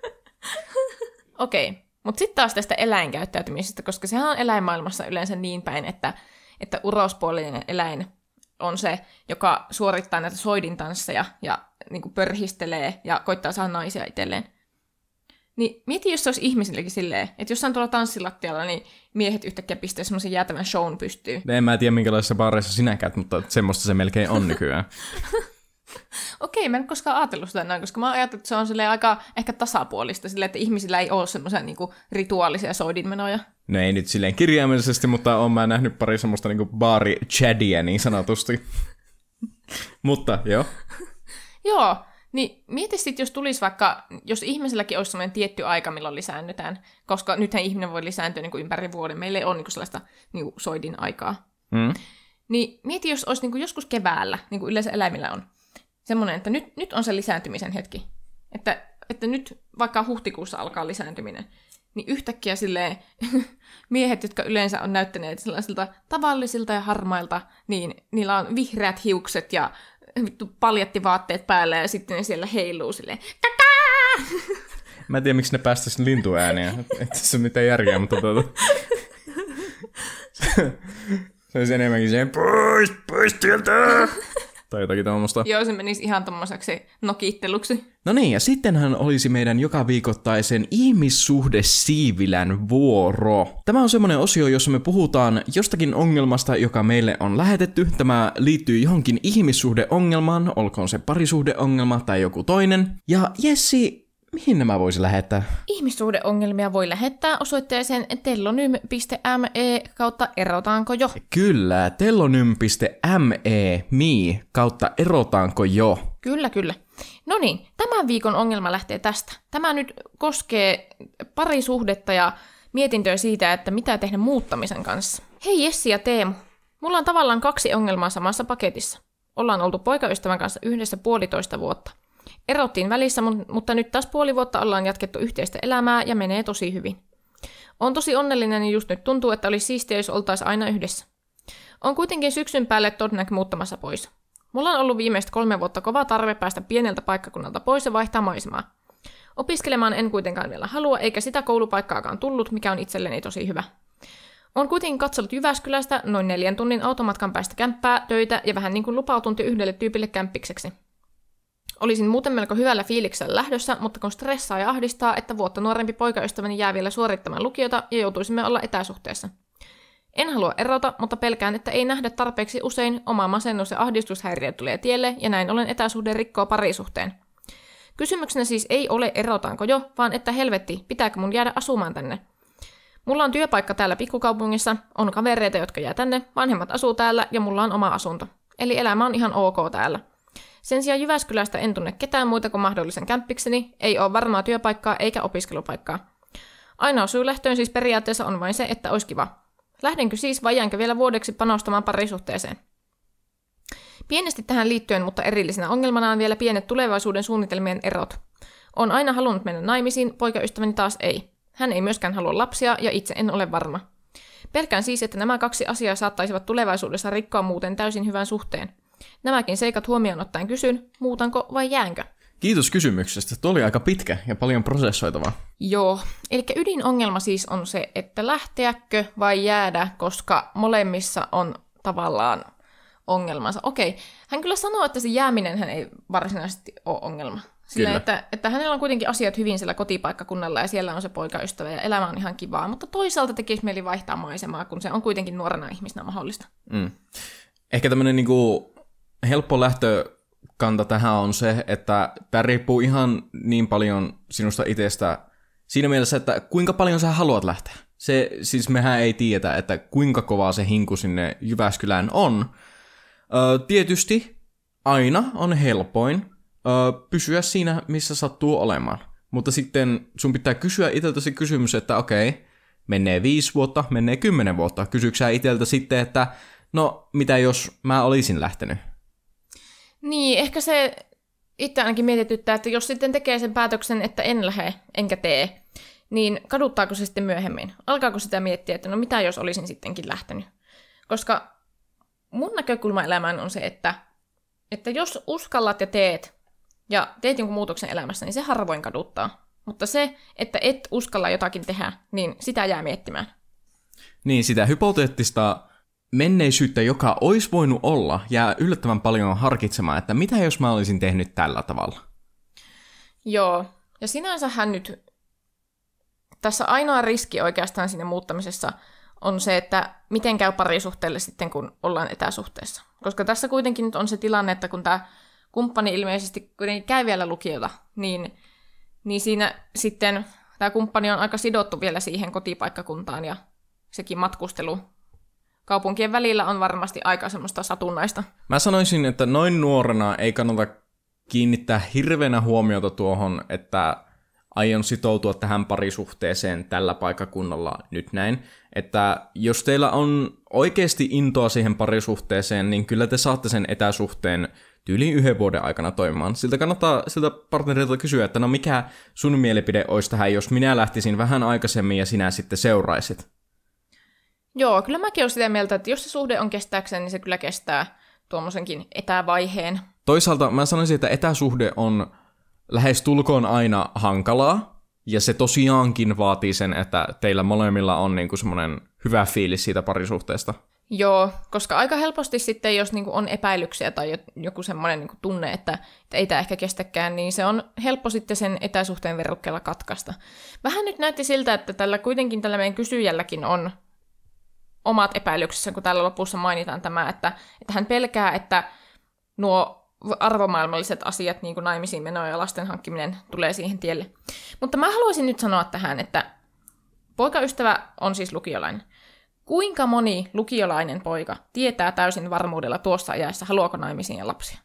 Okei. Mutta sitten taas tästä eläinkäyttäytymisestä, koska sehän on eläinmaailmassa yleensä niin päin, että urospuolinen eläin on se, joka suorittaa näitä soidintansseja ja niin kuin pörhistelee ja koittaa saada naisia itselleen. Niin mieti, jos se olisi ihmisillekin silleen, että jossain tuolla tanssilattialla, niin miehet yhtäkkiä pistää semmoisen jäätävän shown pystyyn. En mä tiedä, minkälaisessa baareissa sinä käyt, mutta semmoista se melkein on nykyään. Okei, mä en koskaan ajatellut sitä näin, koska mä ajattelin, että se on aika ehkä tasapuolista, silleen, että ihmisillä ei ole semmoisia niinku rituaalisia soidinmenoja. No ei nyt silleen kirjaimellisesti, mutta oon mä nähnyt pari semmoista niinku baari-chadia niin sanotusti. Mutta joo. Joo, niin mieti sitten, jos tulisi vaikka, jos ihmiselläkin olisi semmoinen tietty aika, milloin lisäännytään, koska nythän ihminen voi lisääntyä niin kuin ympäri vuoden, meillä ei ole niin kuin sellaista niin kuin soidin aikaa. Niin mieti, jos olisi niin kuin joskus keväällä, niin kuin yleensä eläimillä on, semmoinen, että nyt on se lisääntymisen hetki. Että nyt vaikka huhtikuussa alkaa lisääntyminen, niin yhtäkkiä silleen miehet, jotka yleensä on näyttäneet sellaisilta tavallisilta ja harmailta, niin niillä on vihreät hiukset ja paljattivaatteet päällä ja sitten ne siellä heiluu silleen kakaa! Mä en tiedä, miksi ne päästäisiin lintuääniä. Ei tässä ole mitään järkeä, mutta se olisi enemmänkin sen pois tieltä! Tai jotakin tuommoista. Joo, se menisi ihan tommoseksi nokitteluksi. No niin, ja sittenhän olisi meidän joka viikoittaisen ihmissuhdesiivilän vuoro. Tämä on semmoinen osio, jossa me puhutaan jostakin ongelmasta, joka meille on lähetetty. Tämä liittyy johonkin ihmissuhdeongelmaan, olkoon se parisuhdeongelma tai joku toinen. Ja Jessi, mihin nämä voisi lähettää? Ihmissuhdeongelmia voi lähettää osoitteeseen tellonym.me kautta erotaanko jo. Kyllä, tellonym.me kautta erotaanko jo. Kyllä. No niin, tämän viikon ongelma lähtee tästä. Tämä nyt koskee parisuhdetta ja mietintöä siitä, että mitä tehdä muuttamisen kanssa. Hei Jessi ja Teemu, mulla on tavallaan 2 ongelmaa samassa paketissa. Ollaan oltu poikaystävän kanssa yhdessä 1,5 vuotta. Erottiin välissä, mutta nyt taas 0,5 vuotta ollaan jatkettu yhteistä elämää ja menee tosi hyvin. On tosi onnellinen ja just nyt tuntuu, että olisi siistiä, jos oltaisiin aina yhdessä. On kuitenkin syksyn päälle todennäköisesti muuttamassa pois. Mulla on ollut viimeiset 3 vuotta kova tarve päästä pieneltä paikkakunnalta pois ja vaihtaa maisemaa. Opiskelemaan en kuitenkaan vielä halua, eikä sitä koulupaikkaakaan tullut, mikä on itselleni tosi hyvä. Olen kuitenkin katsellut Jyväskylästä noin 4 tunnin automatkan päästä kämppää, töitä ja vähän niin kuin lupautunut yhdelle tyypille kämppikseksi. Olisin muuten melko hyvällä fiiliksellä lähdössä, mutta kun stressaa ja ahdistaa, että vuotta nuorempi poikaystäväni jää vielä suorittamaan lukiota ja joutuisimme olla etäsuhteessa. En halua erota, mutta pelkään, että ei nähdä tarpeeksi usein, oma masennus ja ahdistushäiriö tulee tielle ja näin ollen etäsuhde rikkoo parisuhteen. Kysymyksenä siis ei ole erotaanko jo, vaan että helvetti, pitääkö mun jäädä asumaan tänne? Mulla on työpaikka täällä pikkukaupungissa, on kavereita, jotka jää tänne, vanhemmat asuu täällä ja mulla on oma asunto. Eli elämä on ihan ok täällä. Sen sijaan Jyväskylästä en tunne ketään muita kuin mahdollisen kämppikseni, ei ole varmaa työpaikkaa eikä opiskelupaikkaa. Ainoa syy lähtöön siis periaatteessa on vain se, että olisi kiva. Lähdenkö siis vai jäänkö vielä vuodeksi panostamaan parisuhteeseen? Pienesti tähän liittyen, mutta erillisenä ongelmana on vielä pienet tulevaisuuden suunnitelmien erot. On aina halunnut mennä naimisiin, poikaystäväni taas ei. Hän ei myöskään halua lapsia ja itse en ole varma. Pelkään siis, että nämä 2 asiaa saattaisivat tulevaisuudessa rikkoa muuten täysin hyvän suhteen. Nämäkin seikat huomioon ottaen kysyn, muutanko vai jäänkö? Kiitos kysymyksestä. Tuo oli aika pitkä ja paljon prosessoitavaa. Joo, eli ydinongelma siis on se, että lähteäkö vai jäädä, koska molemmissa on tavallaan ongelmansa. Okei, hän kyllä sanoo, että se jääminen hän ei varsinaisesti ole ongelma. Sillä, että hänellä on kuitenkin asiat hyvin siellä kotipaikkakunnalla ja siellä on se poikaystävä ja elämä on ihan kivaa, mutta toisaalta tekisi mieli vaihtaa maisemaa, kun se on kuitenkin nuorena ihmisenä mahdollista. Ehkä tämmöinen niinku helppo lähtökanta tähän on se, että tämä riippuu ihan niin paljon sinusta itsestä siinä mielessä, että kuinka paljon sä haluat lähteä. Siis mehän ei tiedetä, että kuinka kovaa se hinku sinne Jyväskylään on. Tietysti aina on helpoin pysyä siinä, missä sattuu olemaan. Mutta sitten sun pitää kysyä itseltä se kysymys, että okei, menee 5 vuotta, menee 10 vuotta. Kysyksä itseltä sitten, että no mitä jos mä olisin lähtenyt? Niin, ehkä se itse ainakin mietityttää, että jos sitten tekee sen päätöksen, että en lähde enkä tee, niin kaduttaako se sitten myöhemmin? Alkaako sitä miettiä, että no mitä jos olisin sittenkin lähtenyt? Koska mun näkökulma elämään on se, että jos uskallat ja teet jonkun muutoksen elämässä, niin se harvoin kaduttaa. mutta se, että et uskalla jotakin tehdä, niin sitä jää miettimään. Niin, sitä hypoteettista menneisyyttä, joka olisi voinut olla, jää yllättävän paljon harkitsemaan, että mitä jos mä olisin tehnyt tällä tavalla. Joo, ja sinänsähän nyt tässä ainoa riski oikeastaan siinä muuttamisessa on se, että miten käy parisuhteelle sitten, kun ollaan etäsuhteessa. Koska tässä kuitenkin nyt on se tilanne, että kun tämä kumppani ilmeisesti kuitenkin käy vielä lukiota, niin siinä sitten tämä kumppani on aika sidottu vielä siihen kotipaikkakuntaan, ja sekin matkustelu kaupunkien välillä on varmasti aika semmoista satunnaista. Mä sanoisin, että noin nuorena ei kannata kiinnittää hirveänä huomiota tuohon, että aion sitoutua tähän parisuhteeseen tällä paikkakunnalla nyt näin. Että jos teillä on oikeasti intoa siihen parisuhteeseen, niin kyllä te saatte sen etäsuhteen tyyliin 1 vuoden aikana toimimaan. Siltä kannattaa siltä partnerilta kysyä, että no mikä sun mielipide olisi tähän, jos minä lähtisin vähän aikaisemmin ja sinä sitten seuraisit. Joo, kyllä mäkin olen sitä mieltä, että jos se suhde on kestääkseen, niin se kyllä kestää tuommoisenkin etävaiheen. Toisaalta mä sanoisin, että etäsuhde on lähes tulkoon aina hankalaa, ja se tosiaankin vaatii sen, että teillä molemmilla on niinku semmoinen hyvä fiilis siitä parisuhteesta. Joo, koska aika helposti sitten, jos niinku on epäilyksiä tai joku semmoinen niinku tunne, että ei tämä ehkä kestäkään, niin se on helppo sitten sen etäsuhteen verukkeella katkaista. Vähän nyt näytti siltä, että kuitenkin tällä meidän kysyjälläkin on omat epäilyksensä, kun täällä lopussa mainitaan tämä, että hän pelkää, että nuo arvomaailmalliset asiat, niin kuin naimisiin meno ja lasten hankkiminen, tulee siihen tielle. Mutta mä haluaisin nyt sanoa tähän, että poikaystävä on siis lukiolainen. Kuinka moni lukiolainen poika tietää täysin varmuudella tuossa ajassa, haluaako naimisiin ja lapsia?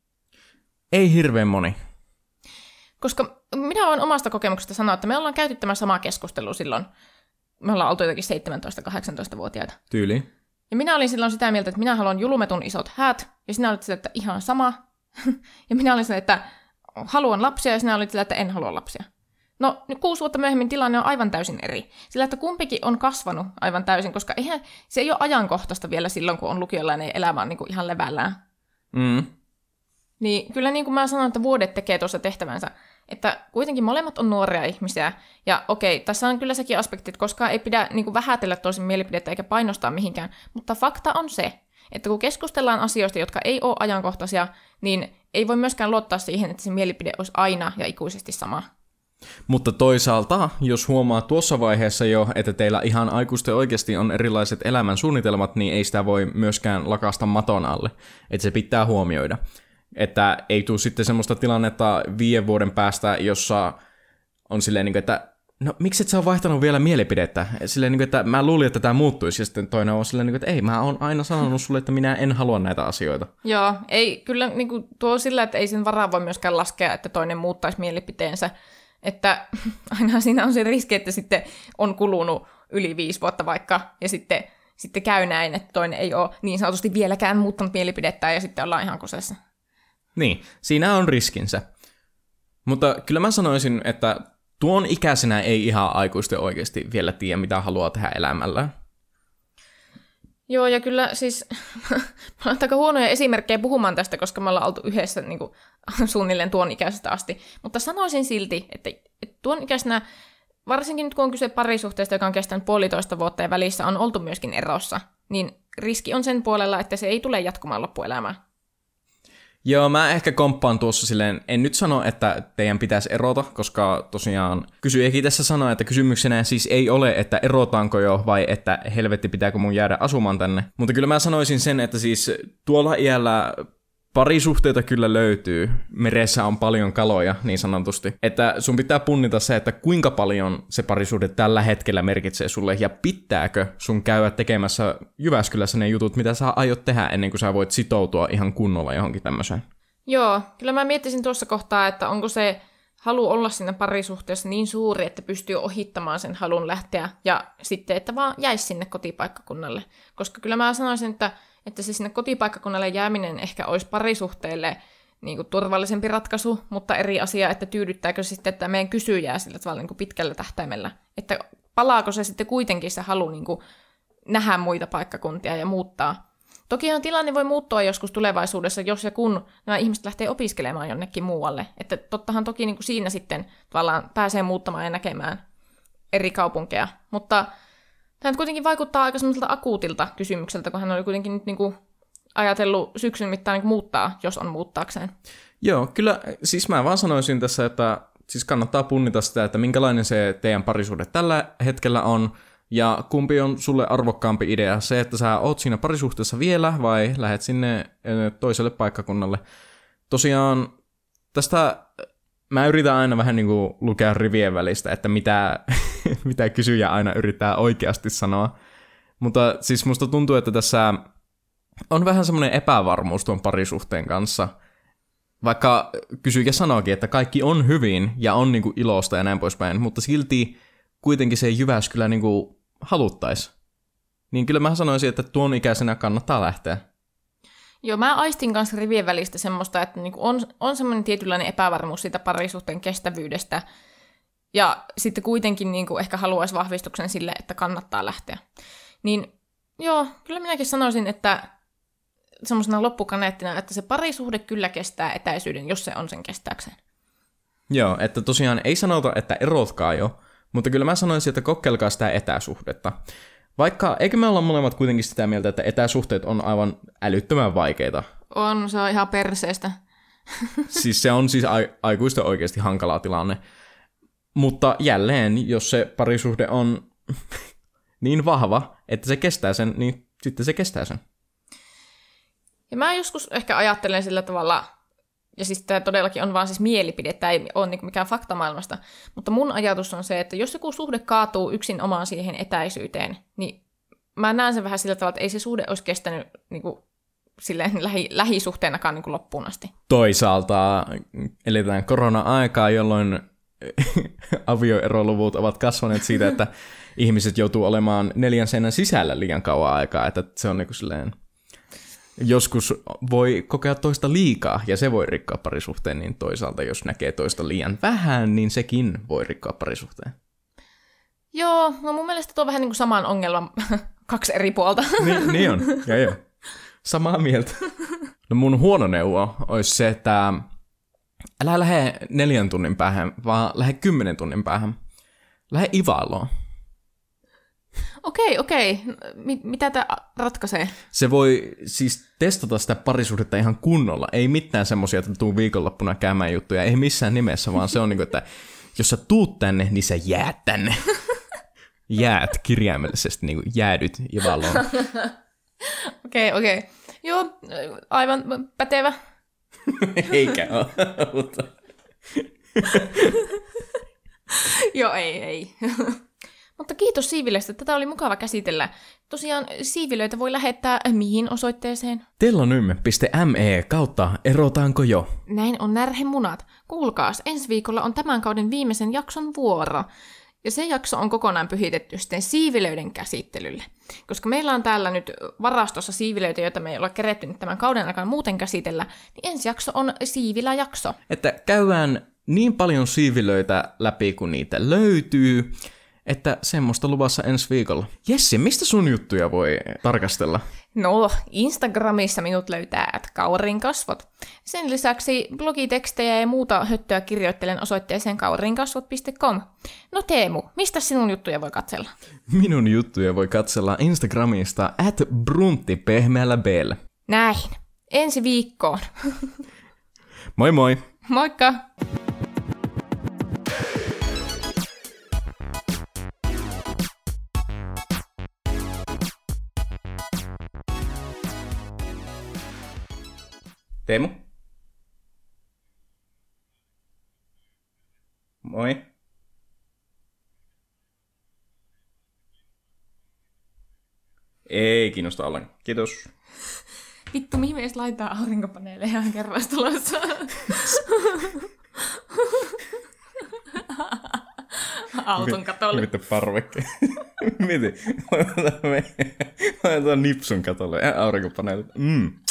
Ei hirveän moni. Koska minä voin omasta kokemuksesta sanoa, että me ollaan käyty tämä sama keskustelu silloin. Me ollaan oltu jotenkin 17-18-vuotiaita. Tyyli. Ja minä olin silloin sitä mieltä, että minä haluan julmetun isot häät, ja sinä olit sitä, että ihan sama. Ja minä olin sitä, että haluan lapsia, ja sinä olit sitä, että en halua lapsia. No, 6 vuotta myöhemmin tilanne on aivan täysin eri. Sillä, että kumpikin on kasvanut aivan täysin, koska se ei ole ajankohtaista vielä silloin, kun on lukiolainen ja elämä on niin kuin ihan levällään. Niin kyllä niin kuin mä sanon, että vuodet tekee tuossa tehtävänsä. Että kuitenkin molemmat on nuoria ihmisiä. Ja okei, tässä on kyllä sekin aspekti, että koskaan ei pidä niin kuin vähätellä toisen mielipidettä eikä painostaa mihinkään. Mutta fakta on se, että kun keskustellaan asioista, jotka ei ole ajankohtaisia, niin ei voi myöskään luottaa siihen, että se mielipide olisi aina ja ikuisesti sama. Mutta toisaalta, jos huomaa tuossa vaiheessa jo, että teillä ihan aikuisten oikeasti on erilaiset elämän suunnitelmat, niin ei sitä voi myöskään lakasta maton alle. Että se pitää huomioida. Että ei tule sitten semmoista tilannetta 5 vuoden päästä, jossa on silleen, että no miksi et sä ole vaihtanut vielä mielipidettä? Silleen, että mä luulin, että tämä muuttuisi, ja sitten toinen on silleen, että ei, mä oon aina sanonut sulle, että minä en halua näitä asioita. Joo, ei kyllä niin kuin tuo sillä, että ei sen varaa voi myöskään laskea, että toinen muuttaisi mielipiteensä. Että aina siinä on se riski, että sitten on kulunut yli 5 vuotta vaikka, ja sitten käy näin, että toinen ei ole niin sanotusti vieläkään muuttanut mielipidettään, ja sitten ollaan ihan kusessa. Niin, siinä on riskinsä. Mutta kyllä mä sanoisin, että tuon ikäisenä ei ihan aikuisten oikeasti vielä tiedä, mitä haluaa tehdä elämällä. Joo, ja kyllä siis mä oon aika huonoja esimerkkejä puhumaan tästä, koska me ollaan oltu yhdessä niin kuin, suunnilleen tuon ikäisestä asti. Mutta sanoisin silti, että tuon ikäisenä, varsinkin nyt kun on kyse parisuhteesta, joka on kestänyt 1,5 vuotta ja välissä on oltu myöskin erossa, niin riski on sen puolella, että se ei tule jatkumaan loppuelämään. Joo, mä ehkä komppaan tuossa silleen, en nyt sano, että teidän pitäisi erota, koska tosiaan kysyjäkin tässä sanoi, että kysymyksenä siis ei ole, että erotaanko jo vai että helvetti pitääkö mun jäädä asumaan tänne. Mutta kyllä mä sanoisin sen, että siis tuolla iällä parisuhteita kyllä löytyy. Meressä on paljon kaloja, niin sanotusti. Että sun pitää punnita se, että kuinka paljon se parisuhde tällä hetkellä merkitsee sulle, ja pitääkö sun käydä tekemässä Jyväskylässä ne jutut, mitä sä aiot tehdä ennen kuin sä voit sitoutua ihan kunnolla johonkin tämmöiseen. Joo, kyllä mä miettisin tuossa kohtaa, että onko se halu olla siinä parisuhteessa niin suuri, että pystyy ohittamaan sen halun lähteä, ja sitten, että vaan jäisi sinne kotipaikkakunnalle. Koska kyllä mä sanoisin, että se sinne kotipaikkakunnalle jääminen ehkä olisi parisuhteelle niin kuin turvallisempi ratkaisu, mutta eri asia, että tyydyttääkö sitten että meidän kysyjää sillä tavalla niin kuin pitkällä tähtäimellä. Että palaako se sitten kuitenkin se halu niin kuin nähdä muita paikkakuntia ja muuttaa. Tokihan tilanne voi muuttua joskus tulevaisuudessa, jos ja kun nämä ihmiset lähtee opiskelemaan jonnekin muualle. Että tottahan toki niin kuin siinä sitten tavallaan pääsee muuttamaan ja näkemään eri kaupunkeja. Mutta tämä nyt kuitenkin vaikuttaa aika semmoiselta akuutilta kysymykseltä, kun hän oli kuitenkin nyt niin kuin ajatellut syksyn mittaan niin muuttaa, jos on muuttaakseen. Joo, kyllä. Siis mä vaan sanoisin tässä, että siis kannattaa punnita sitä, että minkälainen se teidän parisuhde tällä hetkellä on, ja kumpi on sulle arvokkaampi idea, se, että sä oot siinä parisuhteessa vielä, vai lähet sinne toiselle paikkakunnalle. Tosiaan tästä mä yritän aina vähän niin kuin lukea rivien välistä, että mitä kysyjä aina yrittää oikeasti sanoa. Mutta siis musta tuntuu, että tässä on vähän semmoinen epävarmuus tuon parisuhteen kanssa. Vaikka kysyjä sanookin, että kaikki on hyvin ja on niin kuin ilosta ja näin poispäin, mutta silti kuitenkin se Jyväskylä niin kuin haluttaisi. Niin kyllä mä sanoisin, että tuon ikäisenä kannattaa lähteä. Joo, mä aistin kanssa rivien välistä semmoista, että niinku on semmoinen tietynlainen epävarmuus siitä parisuhteen kestävyydestä. Ja sitten kuitenkin niinku ehkä haluaisi vahvistuksen sille, että kannattaa lähteä. Niin joo, kyllä minäkin sanoisin, että semmoisena loppukaneettina, että se parisuhde kyllä kestää etäisyyden, jos se on sen kestääkseen. Joo, että tosiaan ei sanota, että erotkaa jo, mutta kyllä mä sanoisin, että kokeilkaa sitä etäsuhdetta. Vaikka, eikö me olla molemmat kuitenkin sitä mieltä, että etäsuhteet on aivan älyttömän vaikeita? On, se on ihan perseestä. Siis se on siis aikuisten oikeasti hankala tilanne. Mutta jälleen, jos se parisuhde on niin vahva, että se kestää sen, niin sitten se kestää sen. Ja mä joskus ehkä ajattelen sillä tavalla, ja siis tämä todellakin on vaan siis mielipide, tämä ei ole niin mikään fakta maailmasta, mutta mun ajatus on se, että jos joku suhde kaatuu yksin omaan siihen etäisyyteen, niin mä näen sen vähän sillä tavalla, että ei se suhde olisi kestänyt niin kuin, silleen lähisuhteenakaan niin kuin loppuun asti. Toisaalta eletään korona-aikaa, jolloin avioeroluvut ovat kasvaneet siitä, että ihmiset joutuu olemaan 4 seinän sisällä liian kauan aikaa, että se on niin kuin silleen... Joskus voi kokea toista liikaa, ja se voi rikkoa parisuhteen, niin toisaalta jos näkee toista liian vähän, niin sekin voi rikkoa parisuhteen. Joo, no mun mielestä tuo on vähän niin kuin saman ongelman 2 eri puolta. Niin on, joo. Samaa mieltä. No mun huono neuvo olisi se, että älä lähde 4 tunnin päähän, vaan lähde 10 tunnin päähän. Lähde Ivaloon. Okei. Mitä tämä ratkaisee? Se voi siis testata sitä parisuhdetta ihan kunnolla. Ei mitään semmoisia, että tuu viikonloppuna käymään juttuja. Ei missään nimessä, vaan se on niin kuin, että jos sä tuut tänne, niin sä jäät tänne. Jäät kirjaimellisesti, niin kuin jäädyt Ivaloon. Okei. Joo, aivan pätevä. Eikä ole, mutta... Joo, ei. Mutta kiitos Siivilestä, tätä oli mukava käsitellä. Tosiaan siivilöitä voi lähettää mihin osoitteeseen? tellonymme.me/erotaanko jo? Näin on närhemunat. Kuulkaas, ensi viikolla on tämän kauden viimeisen jakson vuoro. Ja se jakso on kokonaan pyhitetty sitten siivilöiden käsittelylle. Koska meillä on täällä nyt varastossa siivilöitä, joita me ei olla keretty nyt tämän kauden aikana muuten käsitellä, niin ensi jakso on siiviläjakso. Että käydään niin paljon siivilöitä läpi, kun niitä löytyy, että semmoista luvassa ensi viikolla. Jessi, mistä sun juttuja voi tarkastella? No, Instagramissa minut löytää @kaurinkasvot. Sen lisäksi blogitekstejä ja muuta höttöä kirjoittelen osoitteeseen kaurinkasvot.com. No Teemu, mistä sinun juttuja voi katsella? Minun juttuja voi katsella Instagramista @brunttipehmeällä. Näin. Ensi viikkoon. Moi moi! Moikka! Teemu? Moi. Ei kiinnosta ollenkaan. Kiitos. Vittu, mihin me edes laitetaan aurinkopaneeleja kerrostalossa? Auton katolle. Vittu parvekke. Mieti. Laitetaan nipsun katolle ja aurinkopaneelit.